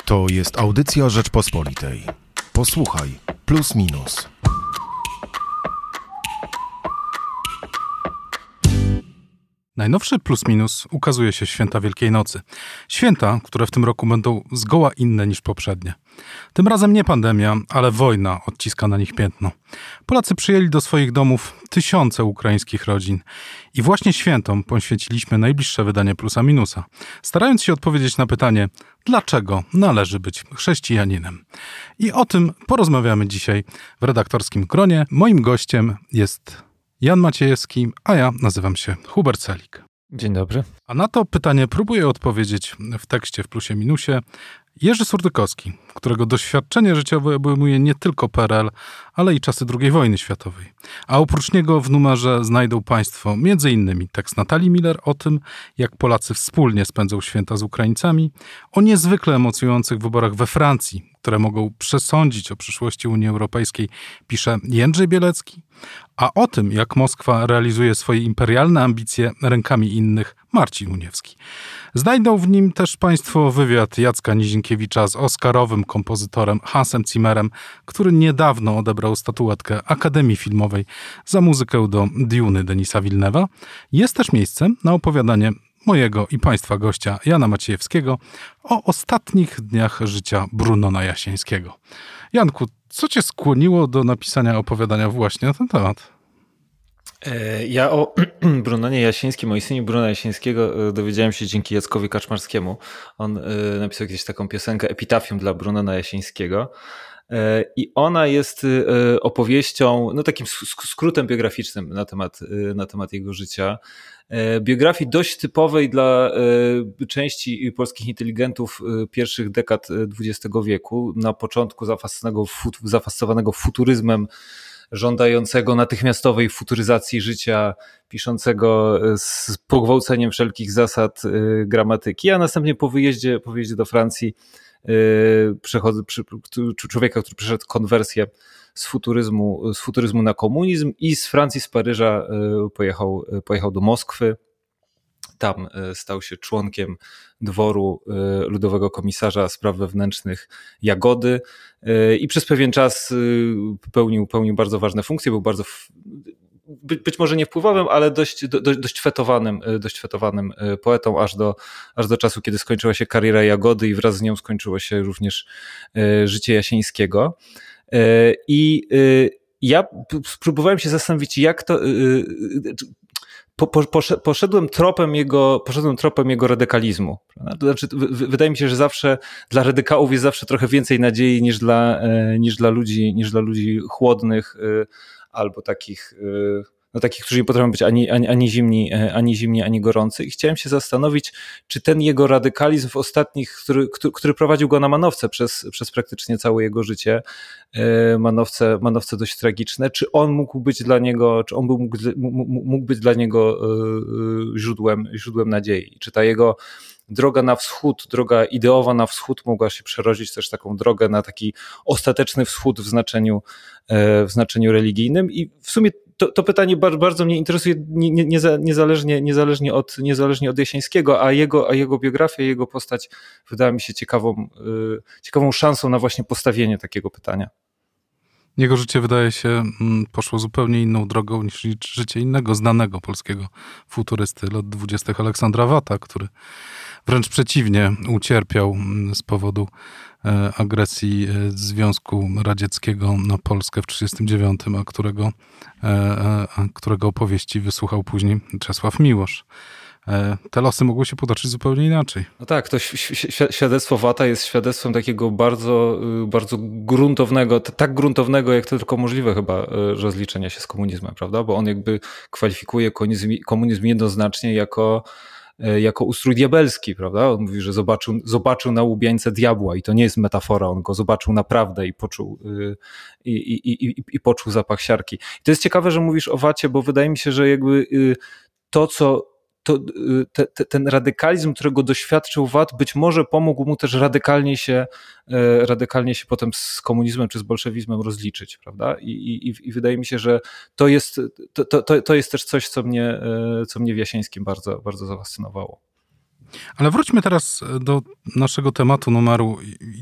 To jest audycja Rzeczpospolitej. Posłuchaj, plus minus. Najnowszy plus minus ukazuje się święta Wielkiej Nocy. Święta, które w tym roku będą zgoła inne niż poprzednie. Tym razem nie pandemia, ale wojna odciska na nich piętno. Polacy przyjęli do swoich domów tysiące ukraińskich rodzin. I właśnie świętom poświęciliśmy najbliższe wydanie plusa minusa, starając się odpowiedzieć na pytanie, dlaczego należy być chrześcijaninem. I o tym porozmawiamy dzisiaj w redaktorskim gronie. Moim gościem jest Jan Maciejewski, a ja nazywam się Hubert Celik. Dzień dobry. A na to pytanie próbuję odpowiedzieć w tekście w plusie minusie Jerzy Surdykowski, którego doświadczenie życiowe obejmuje nie tylko PRL, ale i czasy II wojny światowej. A oprócz niego w numerze znajdą Państwo m.in. tekst Natalii Miller o tym, jak Polacy wspólnie spędzą święta z Ukraińcami, o niezwykle emocjonujących wyborach we Francji, które mogą przesądzić o przyszłości Unii Europejskiej, pisze Jędrzej Bielecki, a o tym, jak Moskwa realizuje swoje imperialne ambicje rękami innych, Marcin Uniewski. Znajdą w nim też Państwo wywiad Jacka Nizinkiewicza z oscarowym kompozytorem Hansem Zimmerem, który niedawno odebrał statuetkę Akademii Filmowej za muzykę do Duny Denisa Villeneuve'a. Jest też miejscem na opowiadanie mojego i Państwa gościa Jana Maciejewskiego o ostatnich dniach życia Brunona Jasińskiego. Janku, co Cię skłoniło do napisania opowiadania właśnie na ten temat? Ja o Brunonie Jasińskim, o istnieniu Bruna Jasińskiego dowiedziałem się dzięki Jackowi Kaczmarskiemu. On napisał kiedyś taką piosenkę Epitafium dla Brunona Jasińskiego. I ona jest opowieścią, no takim skrótem biograficznym na temat jego życia. Biografii dość typowej dla części polskich inteligentów pierwszych dekad XX wieku, na początku zafascynowanego futuryzmem, żądającego natychmiastowej futuryzacji życia, piszącego z pogwałceniem wszelkich zasad gramatyki, a następnie po wyjeździe do Francji człowieka, który przeszedł konwersję z futuryzmu na komunizm i z Francji, z Paryża pojechał do Moskwy. Tam stał się członkiem dworu ludowego komisarza spraw wewnętrznych Jagody i przez pewien czas pełnił bardzo ważne funkcje, był bardzo być może nie wpływowym, ale dość fetowanym poetą aż do czasu, kiedy skończyła się kariera Jagody i wraz z nią skończyło się również życie Jasińskiego. I ja próbowałem się zastanowić, jak to... Poszedłem tropem jego radykalizmu. To znaczy, wydaje mi się, że zawsze dla radykałów jest zawsze trochę więcej nadziei niż dla ludzi chłodnych albo takich, którzy nie potrafią być ani zimni, ani gorący. I chciałem się zastanowić, czy ten jego radykalizm w ostatnich, który prowadził go na manowce przez praktycznie całe jego życie, manowce dość tragiczne, czy on mógł być dla niego, mógł być dla niego źródłem nadziei, czy ta jego droga na wschód, droga ideowa na wschód mogła się przerodzić też taką drogę na taki ostateczny wschód w znaczeniu religijnym. I w sumie to pytanie bardzo mnie interesuje niezależnie od Jasińskiego, a jego biografia, jego postać wydała mi się ciekawą szansą na właśnie postawienie takiego pytania. Jego życie, wydaje się, poszło zupełnie inną drogą niż życie innego znanego polskiego futurysty lat 20. Aleksandra Wata, który wręcz przeciwnie ucierpiał z powodu agresji Związku Radzieckiego na Polskę w 1939, a którego opowieści wysłuchał później Czesław Miłosz. Te losy mogły się potoczyć zupełnie inaczej. No tak, to świadectwo Wata jest świadectwem takiego bardzo, bardzo gruntownego, tak gruntownego jak to tylko możliwe chyba, rozliczenia się z komunizmem, prawda? Bo on jakby kwalifikuje komunizm jednoznacznie jako ustrój diabelski, prawda? On mówi, że zobaczył na łubieńce diabła i to nie jest metafora, on go zobaczył naprawdę i poczuł zapach siarki. I to jest ciekawe, że mówisz o Wacie, bo wydaje mi się, że jakby ten radykalizm, którego doświadczył Wat, być może pomógł mu też radykalnie się potem z komunizmem czy z bolszewizmem rozliczyć, prawda? I wydaje mi się, że to jest też coś, co mnie w Jasińskim bardzo, bardzo zafascynowało. Ale wróćmy teraz do naszego tematu numeru i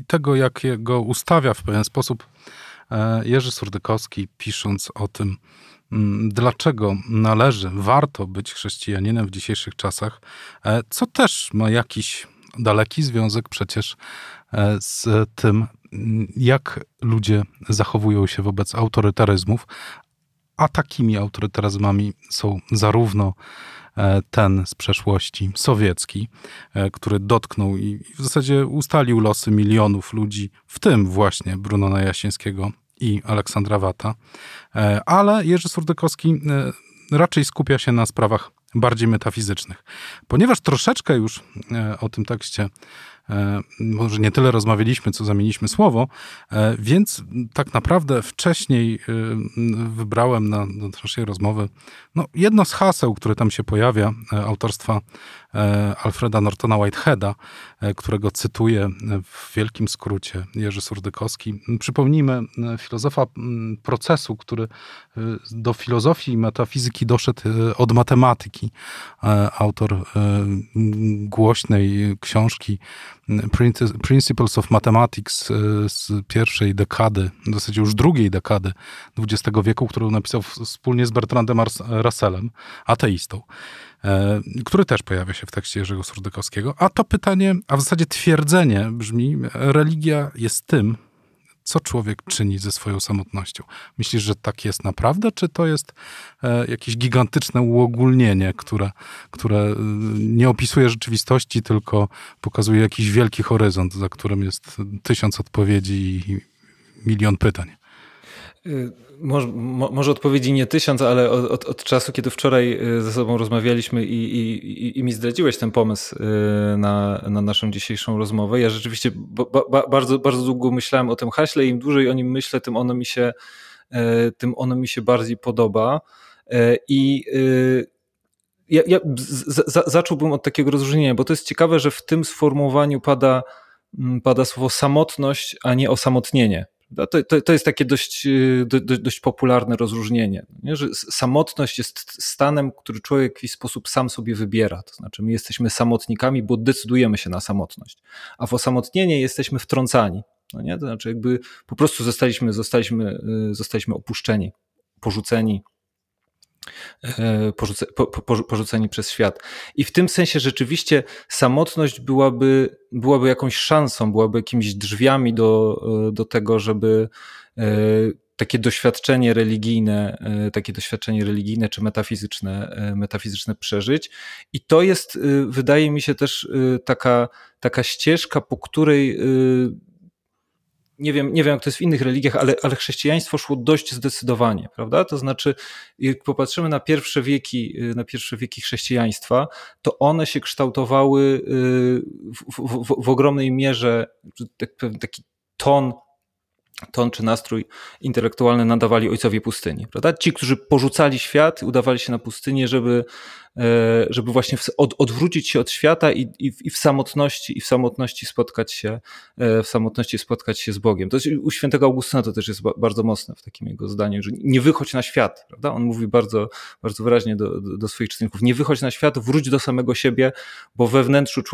tego, jak go ustawia w pewien sposób Jerzy Surdykowski, pisząc o tym, dlaczego warto być chrześcijaninem w dzisiejszych czasach, co też ma jakiś daleki związek przecież z tym, jak ludzie zachowują się wobec autorytaryzmów, a takimi autorytaryzmami są zarówno ten z przeszłości sowiecki, który dotknął i w zasadzie ustalił losy milionów ludzi, w tym właśnie Brunona Jasińskiego i Aleksandra Wata, ale Jerzy Surdykowski raczej skupia się na sprawach bardziej metafizycznych. Ponieważ troszeczkę już o tym tekście może nie tyle rozmawialiśmy, co zamieniliśmy słowo, więc tak naprawdę wcześniej wybrałem do naszej rozmowy jedno z haseł, które tam się pojawia, autorstwa Alfreda Nortona Whiteheada, którego cytuję w wielkim skrócie Jerzy Surdykowski. Przypomnijmy filozofa procesu, który do filozofii i metafizyki doszedł od matematyki. Autor głośnej książki Principles of Mathematics z pierwszej dekady, w zasadzie już drugiej dekady XX wieku, którą napisał wspólnie z Bertrandem Russellem, ateistą, który też pojawia się w tekście Jerzego Surdykowskiego. A to pytanie, a w zasadzie twierdzenie brzmi: religia jest tym, co człowiek czyni ze swoją samotnością. Myślisz, że tak jest naprawdę, czy to jest jakieś gigantyczne uogólnienie, które nie opisuje rzeczywistości, tylko pokazuje jakiś wielki horyzont, za którym jest 1000 odpowiedzi i milion pytań? Może odpowiedzi nie 1000, ale od czasu, kiedy wczoraj ze sobą rozmawialiśmy i mi zdradziłeś ten pomysł na naszą dzisiejszą rozmowę. Ja rzeczywiście bardzo, bardzo długo myślałem o tym haśle i im dłużej o nim myślę, tym ono mi się bardziej podoba. I ja zacząłbym od takiego rozróżnienia, bo to jest ciekawe, że w tym sformułowaniu pada słowo samotność, a nie osamotnienie. To jest takie dość popularne rozróżnienie, nie? Że samotność jest stanem, który człowiek w jakiś sposób sam sobie wybiera. To znaczy my jesteśmy samotnikami, bo decydujemy się na samotność, a w osamotnienie jesteśmy wtrącani. No nie? To znaczy jakby po prostu zostaliśmy opuszczeni, porzuceni przez świat. I w tym sensie rzeczywiście samotność byłaby jakąś szansą, byłaby jakimiś drzwiami do tego, żeby takie doświadczenie religijne czy metafizyczne przeżyć. I to jest, wydaje mi się, też taka ścieżka, po której nie wiem jak to jest w innych religiach, ale chrześcijaństwo szło dość zdecydowanie, prawda? To znaczy, jak popatrzymy na pierwsze wieki chrześcijaństwa, to one się kształtowały w ogromnej mierze, taki ton czy nastrój intelektualny nadawali ojcowie pustyni, prawda? Ci, którzy porzucali świat, udawali się na pustynię, żeby właśnie odwrócić się od świata i w samotności spotkać się z Bogiem. To jest, u świętego Augustyna to też jest bardzo mocne w takim jego zdaniu, że nie wychodź na świat, prawda? On mówi bardzo, bardzo wyraźnie do swoich czytelników: nie wychodź na świat, wróć do samego siebie, bo we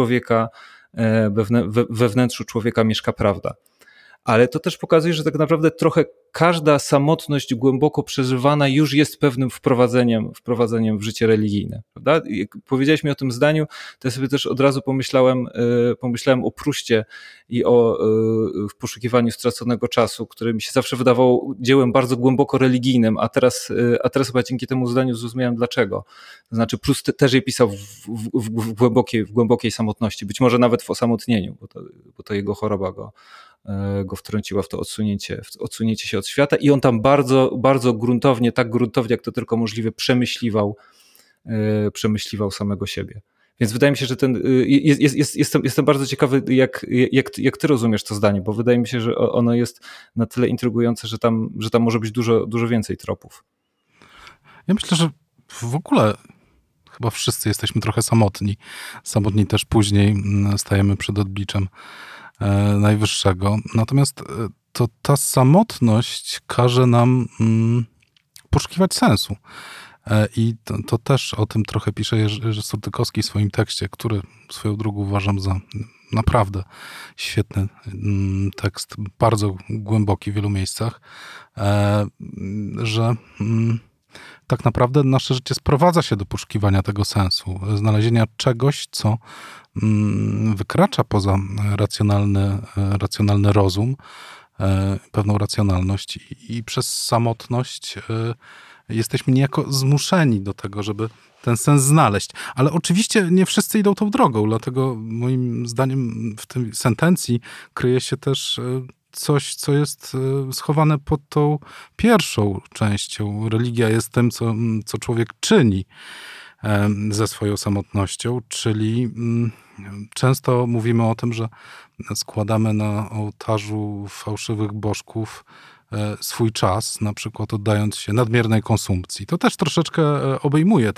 wnętrzu człowieka mieszka prawda. Ale to też pokazuje, że tak naprawdę trochę każda samotność głęboko przeżywana już jest pewnym wprowadzeniem w życie religijne, prawda? Jak powiedziałeś mi o tym zdaniu, to ja sobie też od razu pomyślałem o Pruście i o w poszukiwaniu straconego czasu, który mi się zawsze wydawał dziełem bardzo głęboko religijnym, a teraz chyba dzięki temu zdaniu zrozumiałem dlaczego. To znaczy Prust też je pisał w głębokiej samotności, być może nawet w osamotnieniu, bo to jego choroba go wtrąciła w to odsunięcie się od świata i on tam bardzo, bardzo gruntownie, tak gruntownie jak to tylko możliwe, przemyśliwał samego siebie. Więc wydaje mi się, że jestem bardzo ciekawy, jak ty rozumiesz to zdanie, bo wydaje mi się, że ono jest na tyle intrygujące, że tam może być dużo więcej tropów. Ja myślę, że w ogóle chyba wszyscy jesteśmy trochę samotni. Samotni też później stajemy przed odbliczem Najwyższego. Natomiast ta samotność każe nam poszukiwać sensu. I to też o tym trochę pisze Jerzy Surdykowski w swoim tekście, który swoją drogą uważam za naprawdę świetny tekst, bardzo głęboki w wielu miejscach, że tak naprawdę nasze życie sprowadza się do poszukiwania tego sensu, znalezienia czegoś, co wykracza poza racjonalny rozum, pewną racjonalność i przez samotność jesteśmy niejako zmuszeni do tego, żeby ten sens znaleźć. Ale oczywiście nie wszyscy idą tą drogą, dlatego moim zdaniem w tej sentencji kryje się też coś, co jest schowane pod tą pierwszą częścią. Religia jest tym, co człowiek czyni ze swoją samotnością, czyli często mówimy o tym, że składamy na ołtarzu fałszywych bożków swój czas, na przykład oddając się nadmiernej konsumpcji. To też troszeczkę obejmuje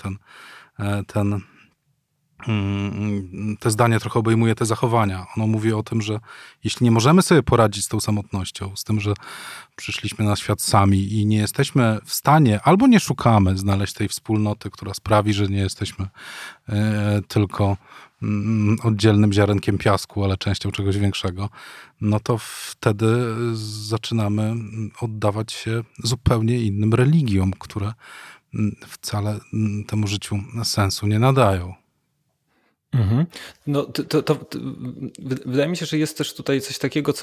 te zdanie trochę obejmuje te zachowania. Ono mówi o tym, że jeśli nie możemy sobie poradzić z tą samotnością, z tym, że przyszliśmy na świat sami i nie jesteśmy w stanie, albo nie szukamy znaleźć tej wspólnoty, która sprawi, że nie jesteśmy tylko oddzielnym ziarenkiem piasku, ale częścią czegoś większego, no to wtedy zaczynamy oddawać się zupełnie innym religiom, które wcale temu życiu sensu nie nadają. Mhm. No, wydaje mi się, że jest też tutaj coś takiego,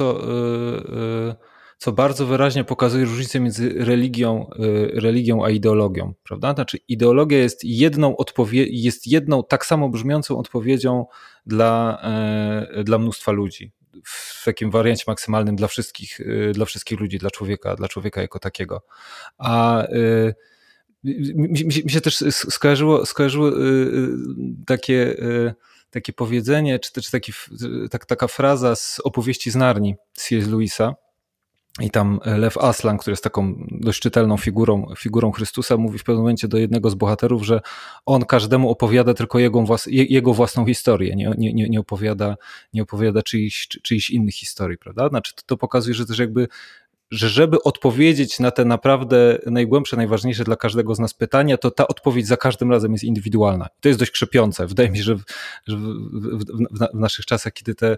co bardzo wyraźnie pokazuje różnicę między religią a ideologią, prawda? Znaczy ideologia jest jedną tak samo brzmiącą odpowiedzią dla mnóstwa ludzi. W takim wariancie maksymalnym dla wszystkich ludzi, dla człowieka jako takiego. A mi się też skojarzyło takie powiedzenie, czy też taka fraza z opowieści z Narni C.S. Lewisa. I tam Lew Aslan, który jest taką dość czytelną figurą Chrystusa, mówi w pewnym momencie do jednego z bohaterów, że on każdemu opowiada tylko jego własną historię, nie opowiada czyichś innych historii, prawda? Znaczy to pokazuje, że też żeby odpowiedzieć na te naprawdę najgłębsze, najważniejsze dla każdego z nas pytania, to ta odpowiedź za każdym razem jest indywidualna. I to jest dość krzepiące. Wydaje mi się, że w naszych czasach, kiedy te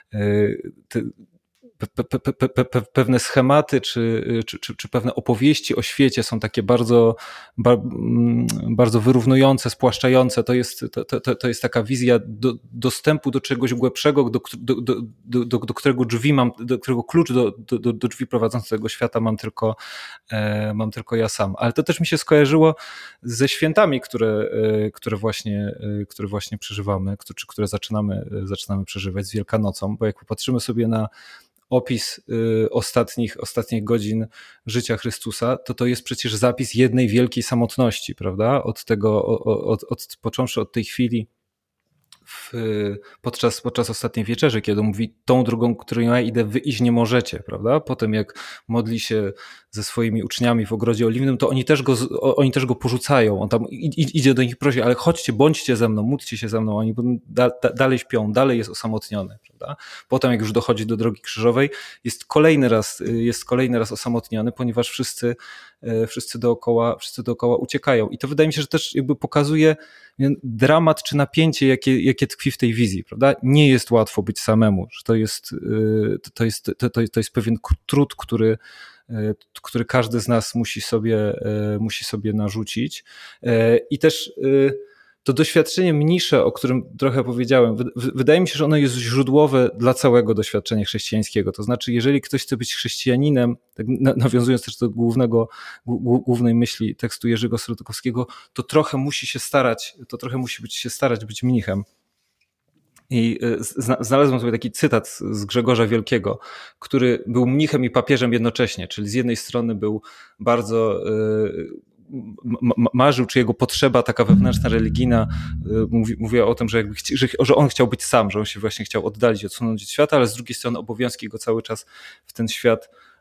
pewne schematy czy pewne opowieści o świecie są takie bardzo wyrównujące, spłaszczające. To jest taka wizja dostępu do czegoś głębszego, do którego do którego klucz do drzwi prowadzących do tego świata mam tylko ja sam. Ale to też mi się skojarzyło ze świętami, które właśnie przeżywamy, czy które zaczynamy przeżywać, z Wielkanocą, bo jak popatrzymy sobie na opis ostatnich godzin życia Chrystusa, to jest przecież zapis jednej wielkiej samotności, prawda? Począwszy od tej chwili podczas ostatniej wieczerzy, kiedy mówi: tą drogą, którą ja idę, wy iść nie możecie, prawda? Potem jak modli się ze swoimi uczniami w ogrodzie oliwnym, to oni też go porzucają. On tam idzie do nich i prosi: ale chodźcie, bądźcie ze mną, módlcie się ze mną. Oni dalej śpią, dalej jest osamotniony, prawda? Potem jak już dochodzi do drogi krzyżowej, jest kolejny raz osamotniony, ponieważ wszyscy dookoła uciekają. I to wydaje mi się, że też pokazuje dramat czy napięcie, jakie tkwi w tej wizji, prawda? Nie jest łatwo być samemu, że to jest pewien trud, który każdy z nas musi sobie narzucić. I też to doświadczenie mnisze, o którym trochę powiedziałem, wydaje mi się, że ono jest źródłowe dla całego doświadczenia chrześcijańskiego. To znaczy, jeżeli ktoś chce być chrześcijaninem, tak nawiązując też do głównej myśli tekstu Jerzego Surdykowskiego, to trochę musi się starać być mnichem. I znalazłem sobie taki cytat z Grzegorza Wielkiego, który był mnichem i papieżem jednocześnie, czyli z jednej strony był bardzo marzył, czy jego potrzeba taka wewnętrzna, religijna mówiła o tym, że on chciał być sam, że on się właśnie chciał oddalić, odsunąć od świata, ale z drugiej strony obowiązki go cały czas w ten świat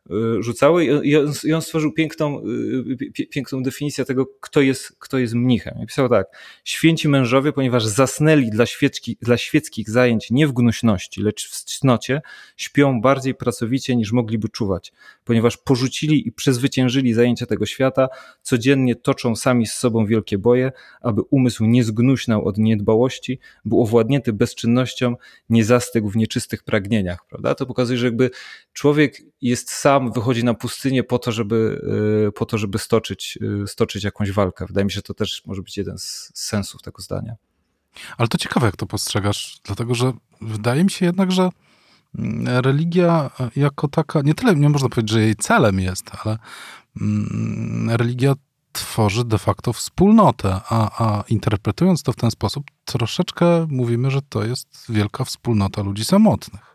rzucały i on stworzył piękną definicję tego, kto jest mnichem. I pisał tak: święci mężowie, ponieważ zasnęli dla świeckich zajęć nie w gnuśności, lecz w cnocie, śpią bardziej pracowicie niż mogliby czuwać, ponieważ porzucili i przezwyciężyli zajęcia tego świata, codziennie toczą sami z sobą wielkie boje, aby umysł nie zgnuśnał od niedbałości, był owładnięty bezczynnością, nie zastygł w nieczystych pragnieniach, prawda? To pokazuje, że jakby człowiek jest sam, wychodzi na pustynię po to, żeby stoczyć jakąś walkę. Wydaje mi się, że to też może być jeden z sensów tego zdania. Ale to ciekawe, jak to postrzegasz, dlatego że wydaje mi się jednak, że religia jako taka, nie tyle, nie można powiedzieć, że jej celem jest, ale religia tworzy de facto wspólnotę, a interpretując to w ten sposób, troszeczkę mówimy, że to jest wielka wspólnota ludzi samotnych.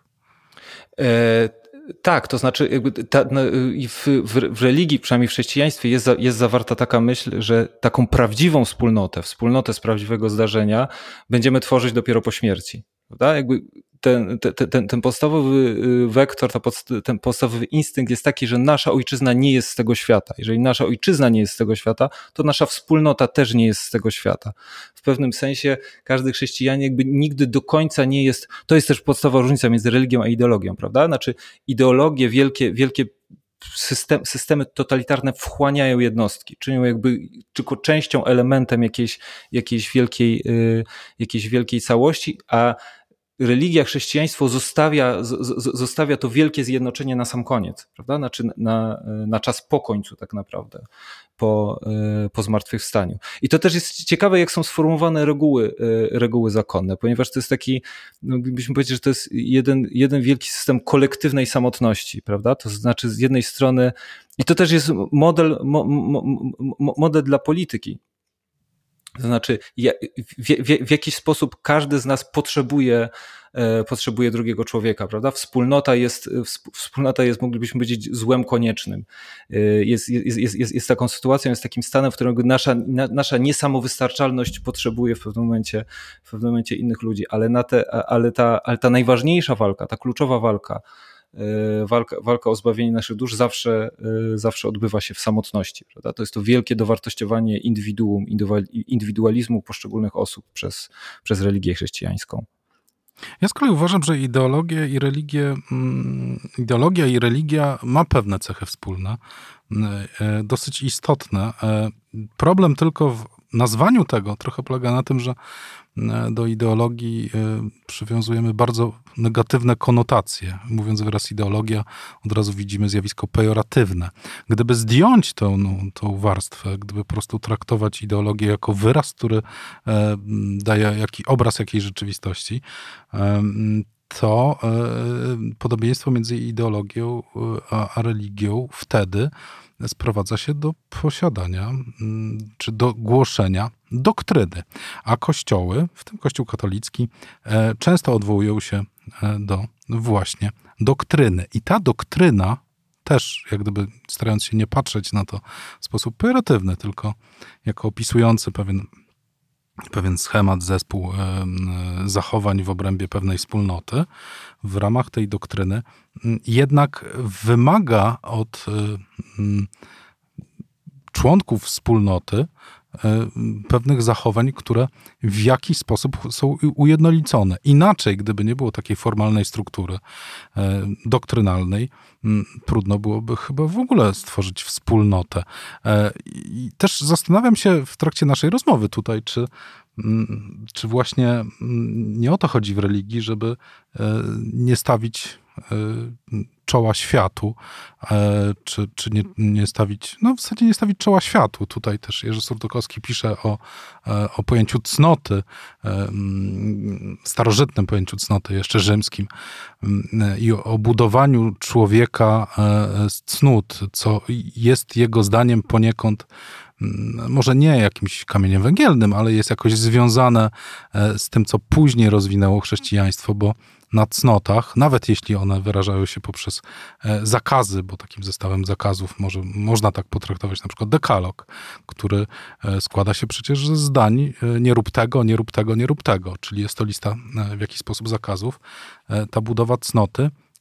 Tak, to znaczy jakby w religii, przynajmniej w chrześcijaństwie jest zawarta taka myśl, że taką prawdziwą wspólnotę z prawdziwego zdarzenia będziemy tworzyć dopiero po śmierci. Prawda? Jakby ten podstawowy wektor, ten podstawowy instynkt jest taki, że nasza ojczyzna nie jest z tego świata. Jeżeli nasza ojczyzna nie jest z tego świata, to nasza wspólnota też nie jest z tego świata. W pewnym sensie każdy chrześcijanin jakby nigdy do końca nie jest, to jest też podstawowa różnica między religią a ideologią, prawda? Znaczy ideologie, wielkie systemy totalitarne wchłaniają jednostki, czynią jakby tylko częścią, elementem jakiejś wielkiej całości, a religia, chrześcijaństwo zostawia to wielkie zjednoczenie na sam koniec, prawda? Znaczy na czas po końcu tak naprawdę, po zmartwychwstaniu. I to też jest ciekawe, jak są sformułowane reguły zakonne, ponieważ to jest taki, no, byśmy powiedzieli, że to jest jeden wielki system kolektywnej samotności, prawda? To znaczy z jednej strony, i to też jest model dla polityki. To znaczy, w jakiś sposób każdy z nas potrzebuje drugiego człowieka, prawda? Wspólnota jest, moglibyśmy powiedzieć, złem koniecznym. Jest taką sytuacją, jest takim stanem, w którym nasza niesamowystarczalność potrzebuje w pewnym momencie innych ludzi, ale ta najważniejsza walka, ta kluczowa walka o zbawienie naszych dusz zawsze odbywa się w samotności. Prawda? To jest to wielkie dowartościowanie indywidualizmu poszczególnych osób przez religię chrześcijańską. Ja z kolei uważam, że ideologia i religia ma pewne cechy wspólne, dosyć istotne. Problem tylko w nazwaniu tego trochę polega na tym, że do ideologii przywiązujemy bardzo negatywne konotacje. Mówiąc wyraz ideologia, od razu widzimy zjawisko pejoratywne. Gdyby zdjąć tą warstwę, gdyby po prostu traktować ideologię jako wyraz, który daje obraz jakiejś rzeczywistości, to podobieństwo między ideologią a religią wtedy sprowadza się do posiadania czy do głoszenia doktryny. A kościoły, w tym Kościół katolicki, często odwołują się do właśnie doktryny. I ta doktryna też, jak gdyby starając się nie patrzeć na to w sposób pejoratywny, tylko jako opisujący pewien schemat, zespół zachowań w obrębie pewnej wspólnoty, w ramach tej doktryny jednak wymaga od członków wspólnoty pewnych zachowań, które w jakiś sposób są ujednolicone. Inaczej, gdyby nie było takiej formalnej struktury doktrynalnej, trudno byłoby chyba w ogóle stworzyć wspólnotę. I też zastanawiam się w trakcie naszej rozmowy tutaj, czy właśnie nie o to chodzi w religii, żeby nie stawić czoła światu, czy nie stawić, no w zasadzie nie stawić czoła światu. Tutaj też Jerzy Surdykowski pisze o pojęciu cnoty, starożytnym pojęciu cnoty, jeszcze rzymskim, i o budowaniu człowieka z cnót, co jest jego zdaniem poniekąd może nie jakimś kamieniem węgielnym, ale jest jakoś związane z tym, co później rozwinęło chrześcijaństwo, bo na cnotach, nawet jeśli one wyrażają się poprzez zakazy, bo takim zestawem zakazów można tak potraktować na przykład dekalog, który składa się przecież ze zdań nie rób tego, nie rób tego, nie rób tego, czyli jest to lista w jakiś sposób zakazów. Ta budowa cnoty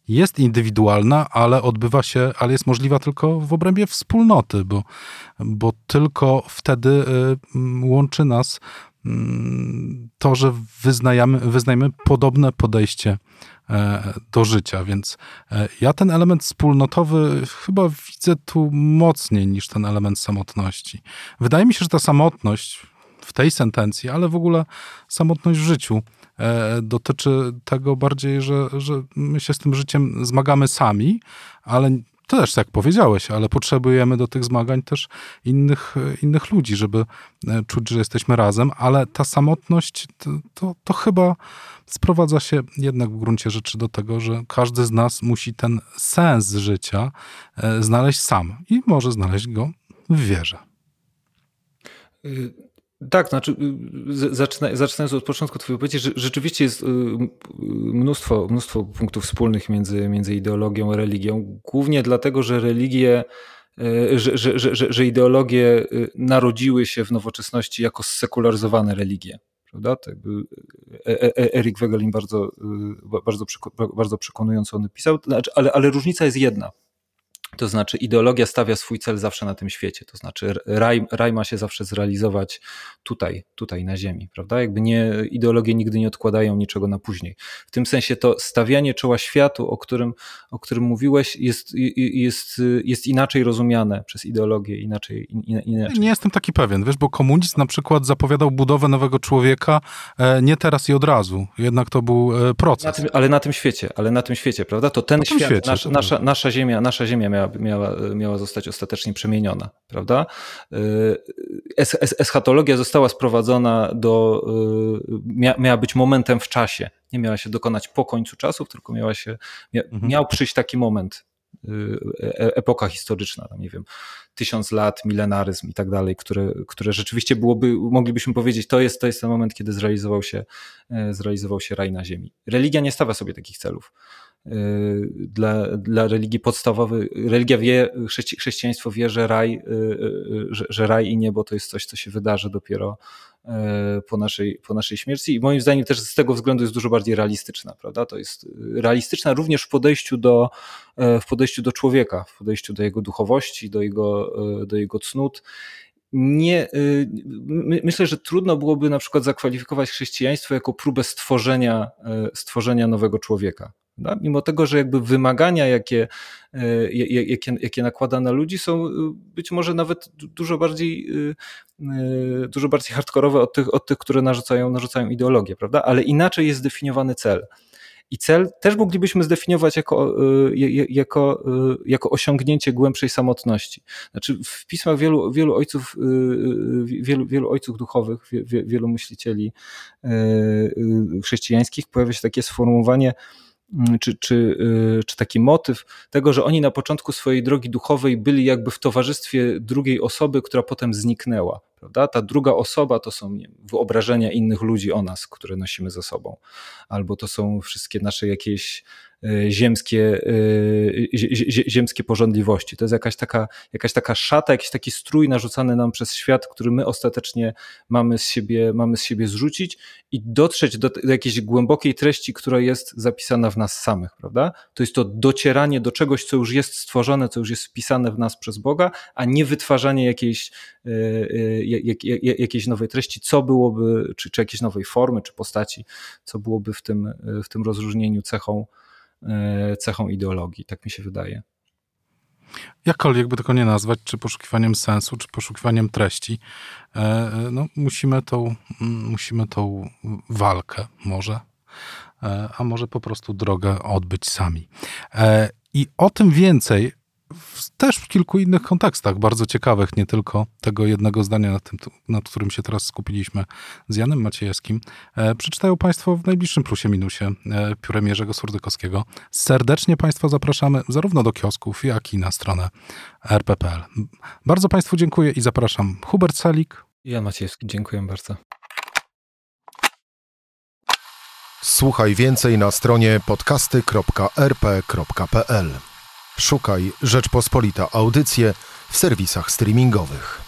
jest indywidualna, ale ale jest możliwa tylko w obrębie wspólnoty, bo tylko wtedy łączy nas to, że wyznajemy podobne podejście do życia, więc ja ten element wspólnotowy chyba widzę tu mocniej niż ten element samotności. Wydaje mi się, że ta samotność w tej sentencji, ale w ogóle samotność w życiu dotyczy tego bardziej, że my się z tym życiem zmagamy sami, ale też, jak powiedziałeś, ale potrzebujemy do tych zmagań też innych ludzi, żeby czuć, że jesteśmy razem, ale ta samotność to chyba sprowadza się jednak w gruncie rzeczy do tego, że każdy z nas musi ten sens życia znaleźć sam i może znaleźć go w wierze. Tak, znaczy zaczynając od początku twojej wypowiedzi, że rzeczywiście jest mnóstwo punktów wspólnych między ideologią a religią, głównie dlatego, że że ideologie narodziły się w nowoczesności jako zsekularyzowane religie. Prawda? Tak jakby Erik Wegelin bardzo przekonująco on pisał, ale różnica jest jedna. To znaczy ideologia stawia swój cel zawsze na tym świecie, to znaczy raj ma się zawsze zrealizować tutaj na ziemi, prawda? Jakby ideologie nigdy nie odkładają niczego na później. W tym sensie to stawianie czoła światu, o którym mówiłeś, jest inaczej rozumiane przez ideologię, inaczej. Nie jestem taki pewien, wiesz, bo komunizm na przykład zapowiadał budowę nowego człowieka nie teraz i od razu, jednak to był proces. Ale na tym świecie, prawda? To ten świat, nasza ziemia miała zostać ostatecznie przemieniona, prawda? Eschatologia została sprowadzona miała być momentem w czasie. Nie miała się dokonać po końcu czasów, tylko miał przyjść taki moment, epoka historyczna, nie wiem, 1000 lat, milenaryzm i tak dalej, które rzeczywiście moglibyśmy powiedzieć, to jest ten moment, kiedy zrealizował się raj na ziemi. Religia nie stawia sobie takich celów. Dla religii podstawowej, chrześcijaństwo wie, że raj i niebo to jest coś, co się wydarzy dopiero po naszej śmierci i moim zdaniem też z tego względu jest dużo bardziej realistyczna, prawda? To jest realistyczna również w podejściu do człowieka, w podejściu do jego duchowości, do jego cnót. Myślę, że trudno byłoby na przykład zakwalifikować chrześcijaństwo jako próbę stworzenia nowego człowieka. Da? Mimo tego, że jakby wymagania, jakie nakłada na ludzi, są być może nawet dużo bardziej hardkorowe od tych, które narzucają ideologię, prawda? Ale inaczej jest zdefiniowany cel. I cel też moglibyśmy zdefiniować jako osiągnięcie głębszej samotności. Znaczy w pismach wielu ojców duchowych, wielu myślicieli chrześcijańskich pojawia się takie sformułowanie, czy taki motyw tego, że oni na początku swojej drogi duchowej byli jakby w towarzystwie drugiej osoby, która potem zniknęła. Prawda? Ta druga osoba to są wyobrażenia innych ludzi o nas, które nosimy ze sobą. Albo to są wszystkie nasze jakieś ziemskie pożądliwości. To jest jakaś taka szata, jakiś taki strój narzucany nam przez świat, który my ostatecznie mamy z siebie zrzucić i dotrzeć do jakiejś głębokiej treści, która jest zapisana w nas samych. Prawda? To jest to docieranie do czegoś, co już jest stworzone, co już jest wpisane w nas przez Boga, a nie wytwarzanie jakiejś nowej treści, co byłoby, czy jakiejś nowej formy, czy postaci, co byłoby w tym rozróżnieniu cechą ideologii, tak mi się wydaje. Jakkolwiek by tego nie nazwać, czy poszukiwaniem sensu, czy poszukiwaniem treści, musimy tą walkę może, a może po prostu drogę odbyć sami. I o tym więcej też w kilku innych kontekstach, bardzo ciekawych, nie tylko tego jednego zdania, nad którym się teraz skupiliśmy z Janem Maciejewskim, przeczytają Państwo w najbliższym Plusie Minusie piórem Jerzego Surdykowskiego. Serdecznie Państwa zapraszamy zarówno do kiosków, jak i na stronę rp.pl. Bardzo Państwu dziękuję i zapraszam. Hubert Salik i Jan Maciejewski. Dziękuję bardzo. Słuchaj więcej na stronie podcasty.rp.pl. Szukaj Rzeczpospolita Audycje w serwisach streamingowych.